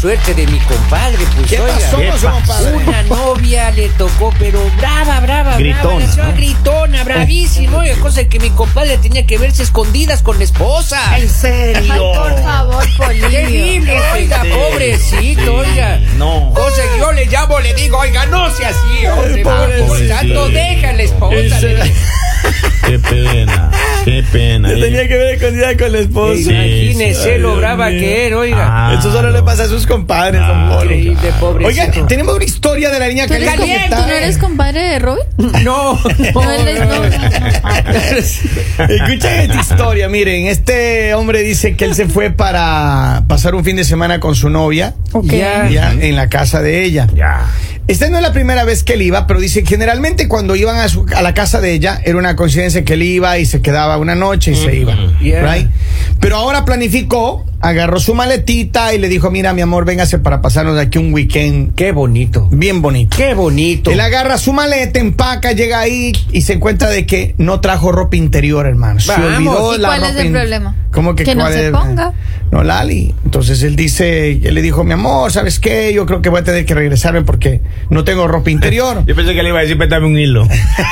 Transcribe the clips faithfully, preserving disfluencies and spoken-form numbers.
suerte de mi compadre, pues. ¿Qué oiga, pasó con su compadre? Una novia le tocó, pero brava, brava, Gritona, brava, la ¿no? gritona, bravísima, oiga, cosa que mi compadre tenía que verse escondidas con la esposa. ¿En serio? Ay, por favor, Polibio. Terrible, oiga, Sí, pobrecito, sí, oiga. no. Cosa que yo le llamo, le digo, oiga, no sea así, hombre, pobrecito. por tanto, deja a la esposa. Ese- le digo. Qué pena, qué pena. Se tenía que ver escondida con la esposa. Sí, Imagínese Ay, lo Dios brava mío. que era, oiga. Ah, Eso solo le pasa a sus compadres, don Ah, Polo. Increíble, pobrecito. Oigan, tenemos una historia de la niña ¿Tú eres, caliente. Caliente, ¿Tú no eres compadre de Robin? No, No, él es- no, no, no. Escuchen esta historia, miren, este hombre dice que él se fue para pasar un fin de semana con su novia, Ok. Ya. ya, en la casa de ella. Ya. Esta no es la primera vez que él iba, pero dice que generalmente cuando iban a, su- a la casa de ella era una coincidencia que él iba y se quedaba una noche y se iba, Yeah. right? Pero ahora planificó, agarró su maletita y le dijo, mira mi amor, véngase para pasarnos aquí un weekend Qué bonito. bien bonito. Qué bonito. Él agarra su maleta, empaca, llega ahí y se encuentra de que no trajo ropa interior, hermano. Se Vamos. olvidó ¿Y la cuál es ropa el in- problema? ¿Cómo que Que no cuál se es? ponga. No, Lali. Entonces él dice, él le dijo, mi amor, ¿sabes qué? Yo creo que voy a tener que regresarme porque no tengo ropa interior. Yo pensé que le iba a decir, pétame un hilo.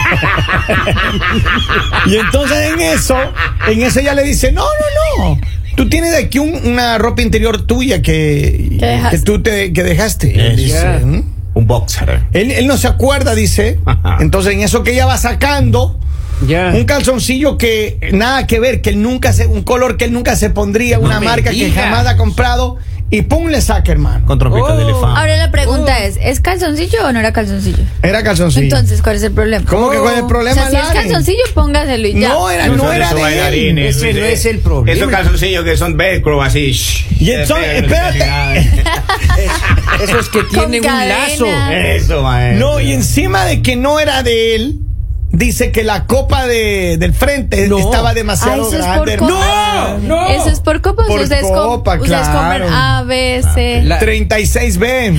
Y entonces en eso, en eso ella le dice, no, no, no. Tú tienes de aquí un- una ropa interior tuya que, Que dejaste. que tú te, que dejaste. Eso. Él dice, Ya. "¿Mm?". Un boxer. Él, él no se acuerda, dice. Entonces en eso que ella va sacando Ya. un calzoncillo que nada que ver, que él nunca se, un color que él nunca se pondría, No una me marca que diga. jamás ha comprado y pum le saca, hermano. Con trompita Oh. de elefante. Ahora la pregunta Oh. es, ¿es calzoncillo o no era calzoncillo? Era calzoncillo. Entonces, ¿cuál es el problema? ¿Cómo que cuál es el O problema, sea, si es Lali? calzoncillo, póngaselo y ya. No era, Esos no son era esos de él. bailarines, Ese no ¿viste? es el problema. Esos calzoncillos que son velcro así. Y entonces, espérate. Esos que tienen un cadena. lazo. Eso, maestro. No, y encima de que no era de él, dice que la copa de, del frente No. estaba Ah, demasiado eso es por grande. copa. hermano. No, no. Eso es por copas. Por ustedes com- copa, ustedes claro. comen A, B, C. La- treinta y seis B.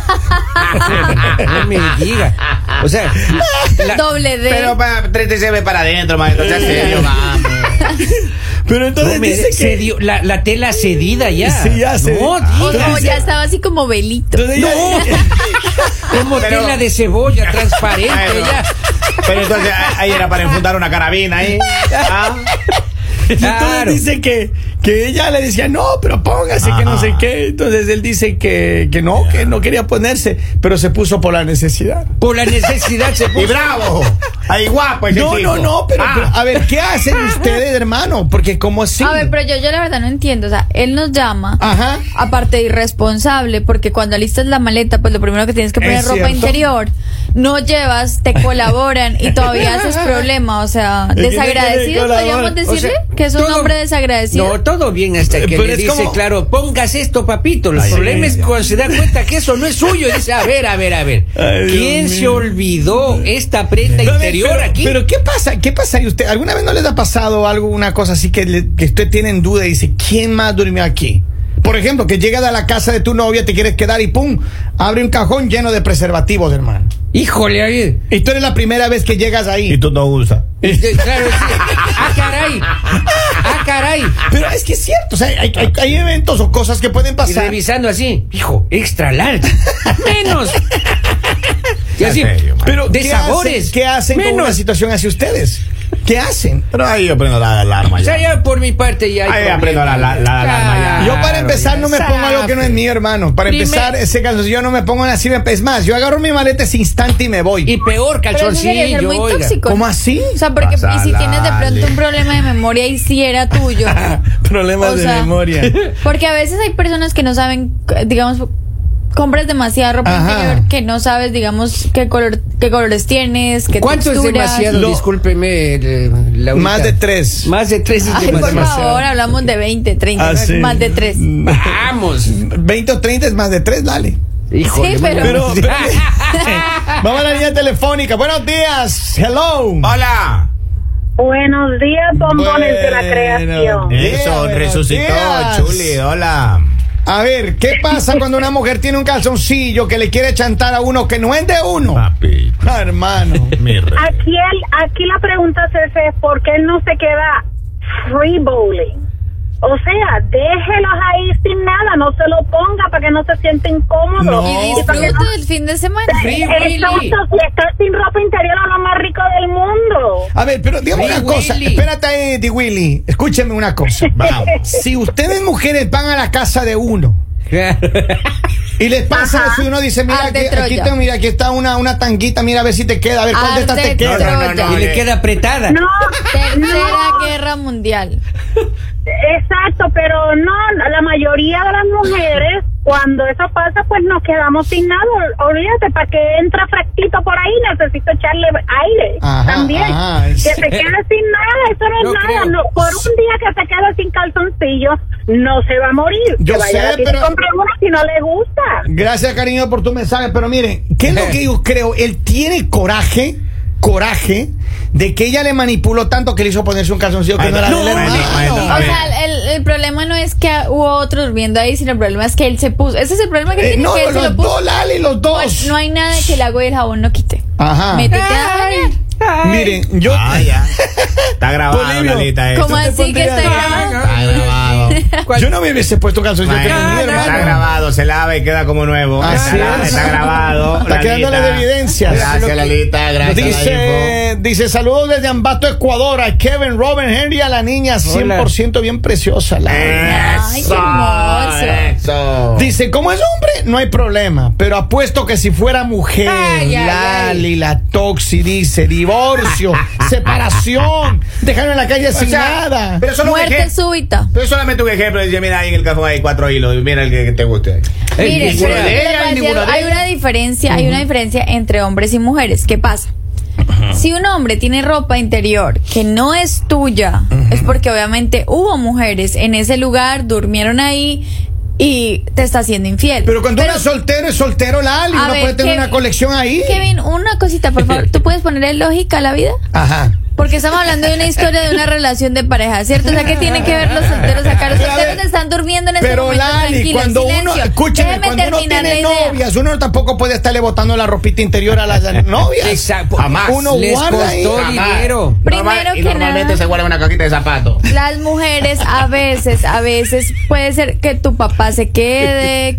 No me diga. O sea, la- Doble D. Pero para treinta y seis ve para adentro, maestro. Sea serio, vamos. Pero entonces no me- dice se que... dio la, la tela cedida ya. Sí, ya se- No, O- diga. o ya estaba así como velito. Entonces ella- Como Pero- tela de cebolla transparente Bueno, ya. Pero entonces ahí era para enfundar una carabina ahí. Ah. Y entonces Claro. dice que, que ella le decía, no, pero póngase, que no sé qué. Entonces él dice que, que no, que no quería ponerse, pero se puso por la necesidad. Por la necesidad se Y puso. bravo. Ahí guapo ese No, chico. no, no, pero, Ah. pero, a ver, ¿qué hacen ustedes, hermano? Porque como así. A ver, pero yo, yo la verdad no entiendo. O sea, él nos llama, Ajá. aparte de irresponsable, porque cuando alistas la maleta, pues lo primero que tienes que poner Es ropa cierto. interior. No llevas, te colaboran y todavía haces problema. O sea, ¿Y quién es que le desagradecido, colabora? podríamos decirle O sea, que es un todo- hombre desagradecido. No, todo bien hasta que Pero le es dice, como- claro, pongas esto, papito. El Ay, problema sí, es ya. cuando se da cuenta que eso no es suyo. Y dice, a ver, a ver, a ver. Ay, Dios ¿Quién se mío. olvidó esta prenda A ver, interior pero, aquí? pero ¿qué pasa? ¿Qué pasa? ¿Y usted alguna vez no les ha pasado algo, una cosa así que, le- que usted tiene en duda y dice, ¿quién más durmió aquí? Por ejemplo, que llegas a la casa de tu novia, te quieres quedar y pum, abre un cajón lleno de preservativos, hermano. Híjole, ahí. Y tú eres la primera vez que llegas ahí. Y tú no usas. Eh, Claro, sí. Ah, caray. Ah, caray. Pero es que es cierto, o sea, hay, hay- hay eventos o cosas que pueden Y pasar. revisando así, hijo, extra large. Menos. Y así, En serio, man. Pero de ¿qué sabores. hacen, ¿qué hacen con Menos. una situación hacia ustedes? ¿Qué hacen? Pero ahí yo prendo la alarma O sea, ya. ya por mi parte ya hay Ahí problema. aprendo la- la- la alarma ya. Yo para empezar no me ya pongo algo que no es sabe. mío, hermano. Para Primer- empezar, ese calzoncillo yo no me pongo así. Es más, yo agarro mi maleta ese instante y me voy. Y peor, Pero eso sería ser calzoncillo, muy oiga. tóxico. ¿Cómo así? O sea, porque y si Pásala, tienes de pronto Ale. un problema de memoria y si era tuyo. Problemas O de sea, memoria. Porque a veces hay personas que no saben, digamos, compras demasiada ropa Ajá. interior que no sabes, digamos, qué color, qué colores tienes, qué ¿Cuánto es texturas. demasiado? Lo- Discúlpeme, eh, Laurita. Más de tres. Más de tres es Ay, por demasiado. favor, hablamos de veinte, treinta, Ah, sí. más de tres. Vamos. veinte o treinta es más de tres, dale. Híjole, Sí, pero- Pero, pero- vamos a la línea telefónica. Buenos días. Hello. Hola. Buenos días, bombones de la Bueno. creación. Eso, buenos resucitó, días. Chuli. Hola. A ver, ¿qué pasa cuando una mujer tiene un calzoncillo que le quiere chantar a uno que no es de uno? Papi. Ah, hermano. Mi rey. Aquí, el, aquí la pregunta, Cece, es por qué él no se queda free bowling. O sea, déjelos ahí sin nada, no se lo ponga para que no se sienta incómodo. No. Y Y para que disfruta no- del fin de semana. Free Exacto, Willy. si estás sin ropa interior es lo más rico del mundo. A ver, pero dígame Free una cosa. Willy. Espérate ahí, Di Willy. Escúcheme una cosa. Vamos. Si ustedes mujeres van a la casa de uno y les pasa Ajá. eso y uno dice, mira, Arte aquí, aquí, Troya. tengo, mira, aquí está una, una tanguita, mira a ver si te queda, a ver cuál de estas te Arte queda. No, no, no, no. Y le queda apretada. No, Tercera Guerra Mundial. exacto, pero no, la mayoría de las mujeres, cuando eso pasa, pues nos quedamos sin nada. Olvídate, para que entra fresquito por ahí, necesito echarle aire Ajá, también. ajá. Que se quede sin nada, eso no es No nada. creo. No, por un día que se quede sin calzoncillo, no se va a morir. Yo que vaya sé, a la tienda y pero- compre uno si no le gusta. Gracias, cariño, por tu mensaje. Pero miren, ¿qué es lo que yo creo? Él tiene coraje, coraje, de que ella le manipuló tanto que le hizo ponerse un calzoncillo que Ay, no era no, del hermano. ay, no, O A ver. sea, el, el problema no es que hubo otro durmiendo ahí, sino el problema es que él se puso. Ese es el problema que Eh, tiene, no, que él se los lo puso. dos, Lali, los dos. Pues no hay nada que el agua y el jabón no quite. Ajá. Métete a bañar. Miren, yo. Ah, ya. Está grabado, Bolivio. Lalita, eso. ¿Cómo te así que pondrías- está grabado? Está grabado. Yo no me hubiese puesto calzoncillo que Bueno, no, mi está hermano. grabado, se lava y queda como nuevo. Así está, es. está grabado. Está quedándole Lalita. de evidencias. Gracias, Lalita. Gracias. a la Dice, dice, saludos desde Ambato, Ecuador, a Kevin, Robin, Henry, a la niña cien por ciento bien preciosa. La info. Ay, qué hermoso. Eso. Dice, como es hombre, no hay problema, pero apuesto que si fuera mujer, Ay, ay, Lali, la toxi, dice, divorcio, separación, dejarlo en la calle O sin sea, nada. Pero solo un Muerte ejemplo. súbita. Pero solamente un ejemplo. Dice, mira, ahí en el cajón hay cuatro hilos. Mira el que, que te guste. Mire, ninguno pero de yo les ellas, voy a decir ninguno algo, de hay ellas. una diferencia, hay una diferencia entre hombres y mujeres. ¿Qué pasa? Si un hombre tiene ropa interior que no es tuya, es porque obviamente hubo mujeres en ese lugar, durmieron ahí y te está haciendo infiel. Pero cuando uno es soltero, es soltero, Lali, a uno ver, puede tener Kevin, una colección ahí. Kevin, una cosita, por favor. ¿Tú puedes ponerle lógica a la vida? Ajá. Porque estamos hablando de una historia de una relación de pareja, ¿cierto? O sea, ¿qué tienen que ver los solteros acá? Los Pero, a ver, solteros están durmiendo en este Pero momento Lali, tranquilos, cuando en uno, silencio. escúcheme, Déjeme cuando uno terminar tiene la idea. novias, uno tampoco puede estarle botando la ropita interior a las novias. Exacto. Jamás. Uno Les guarda ahí. costó Jamás. dinero. Primero Normal- y que normalmente nada- se guarda una cajita de zapatos. Las mujeres a veces, a veces puede ser que tu papá se quede,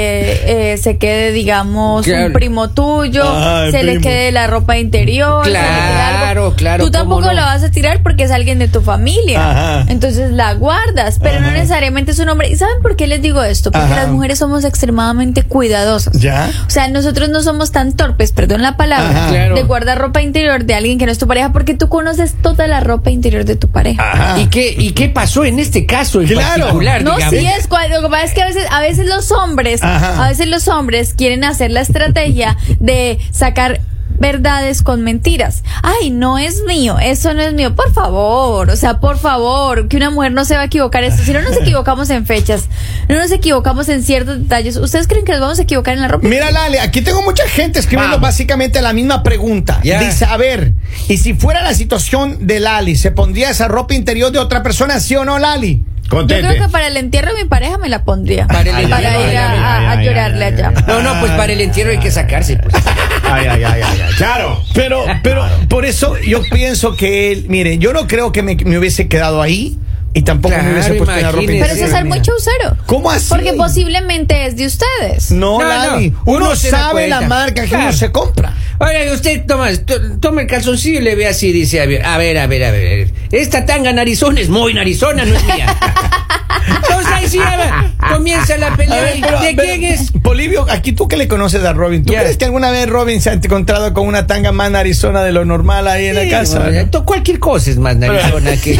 que eh, se quede, digamos, Claro. un primo tuyo, Ay, se le primo. quede la ropa interior. se le quede Claro, algo. claro, Tú ¿cómo tampoco no? la vas a tirar porque es alguien de tu familia. Ajá. Entonces la guardas, pero no necesariamente es un hombre. ¿Y saben por qué les digo esto? Porque Ajá. las mujeres somos extremadamente cuidadosas. Ya. O sea, nosotros no somos tan torpes, perdón la palabra, Ajá. Claro. de guardar ropa interior de alguien que no es tu pareja, porque tú conoces toda la ropa interior de tu pareja. Ajá. ¿Y qué, ¿Y qué pasó en este caso en Claro. particular? No, digamos? sí es cual- lo que pasa es que a veces, a veces los hombres, Ajá. a veces los hombres quieren hacer la estrategia de sacar verdades con mentiras. Ay, no es mío, eso no es mío. Por favor, o sea, por favor, que una mujer no se va a equivocar esto. Si no nos equivocamos en fechas, no nos equivocamos en ciertos detalles. ¿Ustedes creen que nos vamos a equivocar en la ropa? Mira, Lali, aquí tengo mucha gente escribiendo Vamos. básicamente la misma pregunta. Ya. Dice, a ver, y si fuera la situación de Lali, ¿se pondría esa ropa interior de otra persona, sí o no, Lali? Yo Contente. creo que para el entierro de mi pareja me la pondría. Para el Para entierro. ir a, Ay, ay, a- a ay, ay, llorarle ay, allá. ay, No, no, pues para el entierro hay que sacarse. Pues. Ay, ay, ay, ay, ay. Claro. Pero, pero, por eso yo pienso que él, mire, yo no creo que me, me hubiese quedado ahí y tampoco Claro, me hubiese puesto en la ropa imagínese. Pero interior. eso es ser muy chaucero. ¿Cómo así? Porque posiblemente es de ustedes. No, No, Lali, no, uno, uno se da sabe la cuenta. marca que Claro. uno se compra. Oiga, usted toma, to- toma el calzoncillo y le ve así, dice, a ver, a ver, a ver, a ver. Esta tanga narizona es muy narizona, no es mía. Entonces ahí sí ya va, comienza la A pelea. ver, ¿Y pero, ¿De pero, quién es? Polibio, aquí tú que le conoces a Robin, ¿tú Ya. crees que alguna vez Robin se ha encontrado con una tanga más narizona de lo normal ahí en la Sí, casa? bueno, to- cualquier cosa es más narizona que...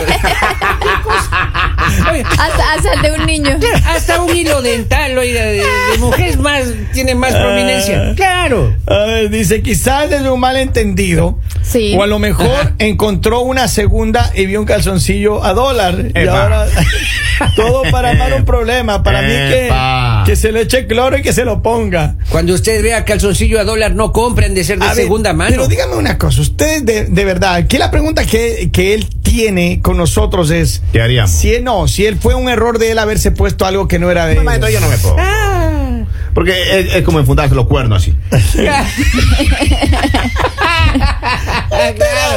Oye, Hasta, hasta el de un niño. hasta un hilo dental, oiga, de, de mujeres más, tiene más prominencia. Claro. A ver, dice, quizás desde un malentendido. Sí. O a lo mejor encontró una segunda y vio un calzoncillo a dólar. Y Epa. ahora todo para armar un problema. Para mí Epa. que, que se le eche cloro y que se lo ponga. Cuando usted vea calzoncillo a dólar, no compren de ser de A ver, segunda mano. Pero dígame una cosa, usted de, de verdad, que la pregunta que, que él tiene con nosotros es ¿Qué haríamos? si él no, si él fue un error de él haberse puesto algo que no era de Mamá, él. entonces yo no me pongo. Ah. Porque es, es como enfundarse los cuernos así. Claro.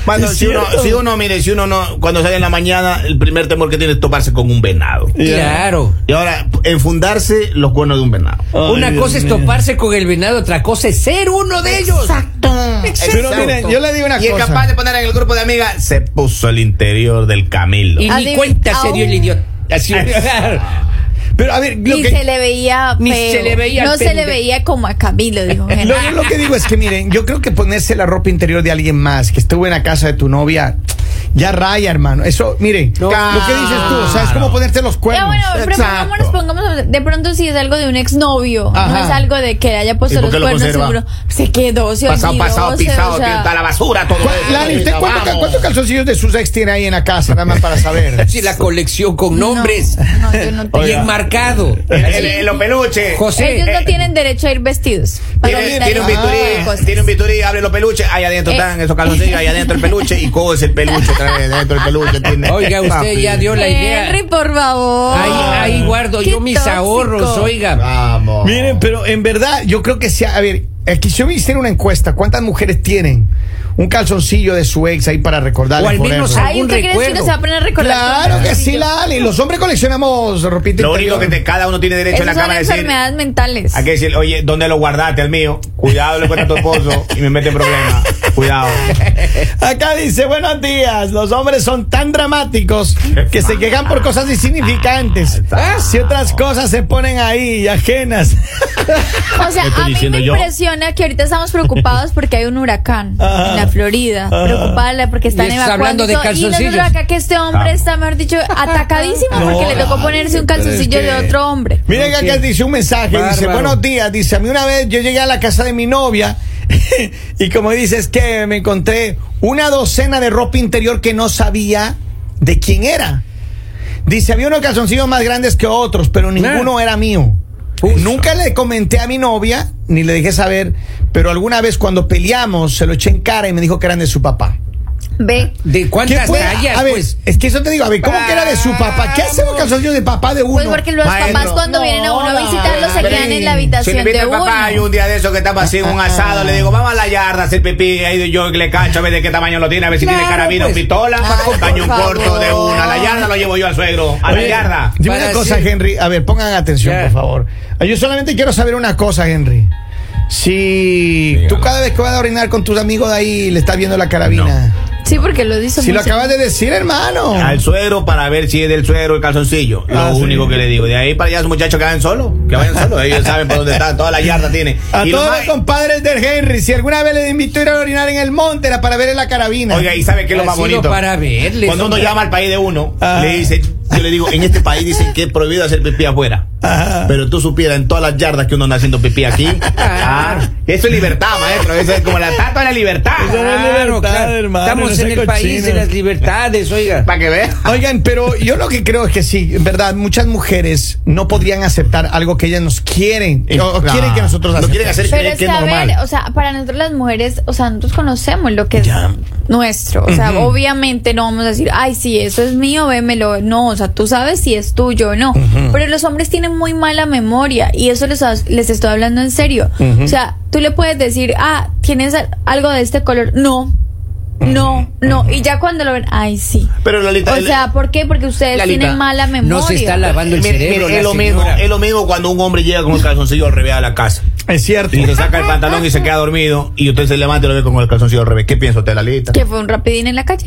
Cuando, Es si, uno, cierto. si uno, mire, si uno no, cuando sale en la mañana, el primer temor que tiene es toparse con un venado. Claro. Y ahora, enfundarse los cuernos de un venado. Ay, Una Dios cosa es mío. toparse con el venado, otra cosa es ser uno de ellos. Exacto. Pero miren, yo le digo una Y es cosa. capaz de poner en el grupo de amigas, se puso el interior del Camilo. Y ni Adivin- cuenta se dio el Au. idiota. Así. Pero a ver, lo Ni que, se le veía Ni feo. se le veía no el se le pende- veía como a Camilo, dijo lo, Henry. lo que digo es que miren, yo creo que ponerse la ropa interior de alguien más que estuvo en la casa de tu novia, ya raya, hermano. Eso, mire, No. lo que dices tú, o sea, es como ponerte los Ya, cuernos. bueno, pero Exacto. pongámonos, pongámonos, de pronto si es algo de un exnovio, Ajá. no es algo de que haya ¿Y puesto por los qué lo cuernos, conserva? seguro se quedó, se Pasado, olvidó, pasado, se- pisado, o sea, tiene toda la basura, todo ¿Cuál- eso. Lali, ¿usted cuánto- Vamos. cuántos calzoncillos de sus ex tiene ahí en la casa? Nada más para saber. Sí, la colección con no, nombres. no, yo no tengo. Y enmarcado. El- el- Los peluches. José. Ellos no tienen derecho a ir vestidos. para Tiene, mirar tiene un ese tipo de bisturí, cosas. tiene un bisturí, abre los peluches, ahí adentro Eh. están esos calzoncillos, ahí adentro el peluche y cose el peluche otra vez, dentro del peluche tiene. Oiga, usted ya dio la idea. Henry, por favor. Ahí, ahí guardo Qué yo mis tóxico. ahorros, oiga. Vamos. Miren, pero en verdad, yo creo que si, a ver, aquí si yo me hiciera una encuesta, ¿cuántas mujeres tienen un calzoncillo de su ex ahí para recordar? O al menos Ay, algún ¿usted cree que recuerdo. uno se va a poner a recordar? Claro con que un sí, calzoncillo? Lali. Los hombres coleccionamos ropita Lo único interior. que te- cada uno tiene derecho en la Esas son cama a decir, enfermedades mentales. hay que decir, oye, ¿dónde lo guardaste al mío? Cuidado, le cuenta a tu esposo y me mete en problemas. Cuidado. Acá dice, buenos días, los hombres son tan dramáticos que se quejan por cosas insignificantes. Ah, Si otras cosas se ponen ahí ajenas. O sea, ¿Qué estoy a mí diciendo me yo? impresiona que ahorita estamos preocupados porque hay un huracán Ajá. en la Florida. Ajá. Preocupada porque están Y estás evacuando. hablando de y todo. Y calzoncillos. nosotros acá que este hombre Vamos. está, mejor dicho, atacadísimo No, porque le tocó Lali, ponerse un pero es calzoncillo que- de otro hombre. Miren Ok. acá dice un mensaje, dice, Bárbaro. buenos días, dice, a mí una vez yo llegué a la casa de mi novia y como dices que me encontré una docena de ropa interior que no sabía de quién era. Dice, había unos calzoncillos más grandes que otros, pero ninguno era mío. Nunca le comenté a mi novia, ni le dejé saber, pero alguna vez cuando peleamos se lo eché en cara y me dijo que eran de su papá. Ve. ¿De ¿Qué cuántas fue? tallas, A ver, pues? es que eso te digo, a ver, ¿cómo que era de su papá? ¿Qué hacemos calzoncillos de papá de uno? Pues porque los Maestro. papás cuando vienen a uno a No, visitarlos se Lali. quedan en la Si habitación le invita de el uno. papá y un día de eso que estamos así en un asado, le digo, vamos a la yarda a hacer pipí, ahí yo le cacho a ver de qué tamaño lo tiene, a ver si Claro, tiene carabina pues. o pistola, Ay, caño un por corto de favor. una, a la yarda lo llevo yo al suegro, a la Oye, yarda. Dime Para una cosa, decir- Henry. A ver, pongan atención, Ya. por favor. Yo solamente quiero saber una cosa, Henry. Si Dígalo. tú cada vez que vas a orinar con tus amigos de ahí le estás viendo la carabina. Sí, porque lo dice Si muy lo acabas de decir, hermano. Al suegro para ver si es del suegro el calzoncillo. Lo Ah, sí. único que le digo. De ahí para allá, esos muchachos que vayan solos. Que vayan solos. Ellos saben por dónde están. Toda la yarda tiene. A Y lo todos más- los compadres del Henry, si alguna vez le invito a ir a orinar en el monte, era para ver la carabina. Oiga, ¿y sabe qué es lo más Ha sido bonito? para verles, Cuando uno hombre. llama al país de uno, Ajá. le dice, yo le digo, en este país dicen que es prohibido hacer pipí afuera. Ajá. Pero tú supieras en todas las yardas que uno anda haciendo pipí aquí. Ah, eso es libertad, maestro. Eso es como la estatua de la libertad. Eso no es Claro, libertad, claro. hermano, Estamos no en sean el país de cochinos. las libertades, oiga. Para que vean. Oigan, pero yo lo que creo es que sí, en verdad, muchas mujeres no podrían aceptar algo que ellas nos quieren, o, o Ah, quieren que nosotros no aceptemos. quieren hacer Pero creer es que que, es a normal. ver, o sea, para nosotros las mujeres, o sea, nosotros conocemos lo que es Ya. nuestro. O sea, obviamente no vamos a decir, ay, sí, eso es mío, vémelo. No, o sea, tú sabes si es tuyo o no. Pero los hombres tienen muy mala memoria y eso les, les estoy hablando en serio. O sea, tú le puedes decir, ah, ¿tienes algo de este color? No. No, no, y ya cuando lo ven, ay, sí. Pero Lalita, O el- sea, ¿por qué? Porque ustedes Lalita, tienen mala memoria. No se está lavando el Mire, cerebro. mire, la es lo señora. mismo, es lo mismo cuando un hombre llega con el calzoncillo al revés a la casa. Es cierto. Y se saca el pantalón y se queda dormido y usted se levanta y lo ve con el calzoncillo al revés. ¿Qué piensa usted, Lalita? Que fue un rapidín en la calle.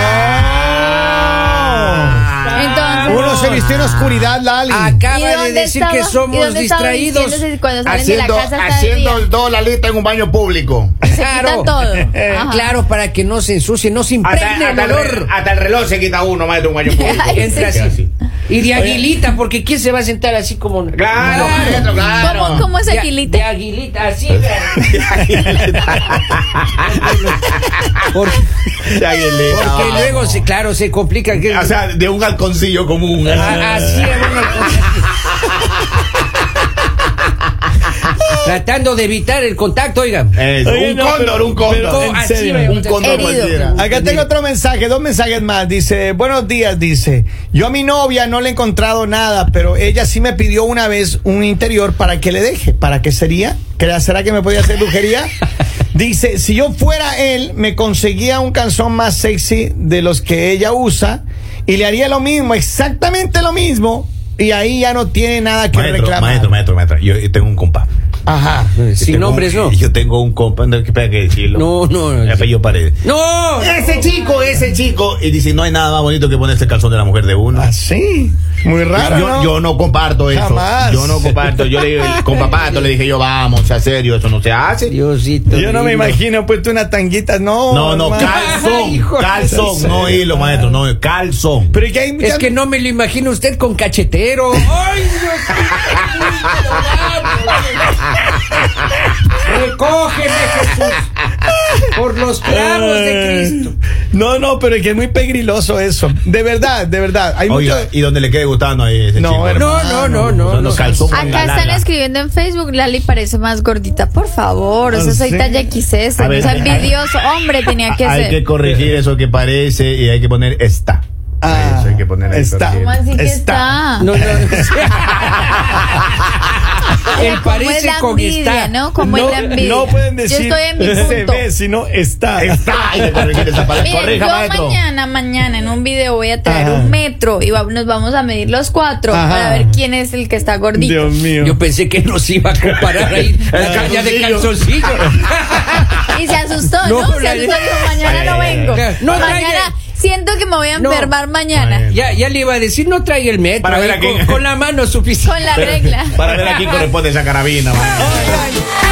Ah. Entonces- Uno se vistió en oscuridad, Lali. ¿Y Acaba de dónde decir estaba? que ¿Y somos dónde estaba distraídos. diciéndose si cuando salen Haciendo, de la casa está de haciendo día? el dos Lalita en un baño público. Se quitan todo. Ajá. Claro, para que no se ensucie, no se Hasta, impregne el hasta el, olor. re- hasta el reloj se quita uno, más de un baño público. Ay, Entra sí. así. Y de aguilita, porque ¿quién se va a sentar así como? Claro, maestro, claro. ¿Cómo, cómo es De- Aguilita? De aguilita, así. Porque, De aguilita, porque vamos. luego, se, claro, se complica. Que, O sea, de un halconcillo común. a- así es una cosa. Tratando de evitar el contacto, oigan. Eso, Oye, un no, cóndor, pero- un cóndor. pero en Así serio. me- Un cóndor Herido. cualquiera. Acá tengo otro mensaje, dos mensajes más. Dice, buenos días, dice. Yo a mi novia no le he encontrado nada, pero ella sí me pidió una vez un interior para que le deje. ¿Para qué sería? ¿Qué- ¿Será que me podía hacer brujería? Dice, si yo fuera él, me conseguía un calzón más sexy de los que ella usa y le haría lo mismo, exactamente lo mismo, y ahí ya no tiene nada que Maestro, reclamar. maestro, maestro, maestro. Yo tengo un compa. Ajá. Yo Sin tengo nombres, un- no. Yo tengo un compa, no hay que decirlo. No, no, no. Ya, pues, yo paré. No. Ese chico, ese chico. Y dice, no hay nada más bonito que ponerse el calzón de la mujer de uno. Así. Muy raro, yo, ¿no? yo no comparto eso. Jamás. Yo no comparto. Yo le digo, con papato le dije yo, vamos, sea serio, eso no se hace. Diosito. Yo no me lindo. imagino puesto una tanguita, no. No, no, hermano. calzón, Hijo de- calzón, no hilo, maestro, no, calzón. Pero es que hay muchas- Es que no me lo imagino usted con cachetero. ¡Ay, Dios! Recógeme, Jesús. Por los clavos de Cristo. No, no, pero es que es muy pegriloso eso. De verdad, de verdad. Hay Oiga, mucho... y donde le quede gustando ahí ese No, chico. hermano. No, no, no, no. Usando no. calzón Acá manga están larga. escribiendo en Facebook, Lali parece más gordita. Por favor, o sea, ¿Ah, soy sí? talla X S, A no ver, sea envidioso. Hombre, tenía que Hay ser. que corregir eso que parece y hay que poner está. Ah, Eso hay que poner ahí. está. porque- ¿Cómo así que Está. está? No, no. Él ¿Cómo es parece la con envidia, esta. no? ¿Cómo no, es la envidia? no pueden decir Yo estoy en mi se punto. ve, sino está. Está, hay que corregir esa palabra. Miren, Corrija, yo maestro. mañana, mañana en un video voy a traer Ajá. un metro y va- nos vamos a medir los cuatro Ajá. para ver quién es el que está gordito. Dios mío. Yo pensé que nos iba a comparar ahí la caña de calzoncillo. Y se asustó, ¿no? No, se la- asustó, dijo, mañana no vengo. No, mañana traiga- siento que me voy a No. enfermar mañana. Ya, ya le iba a decir, no traiga el metro. Para ver ahí a quién. con, con la mano suficiente. Con la regla. Para ver a quién corresponde esa carabina. man. Ay, ay.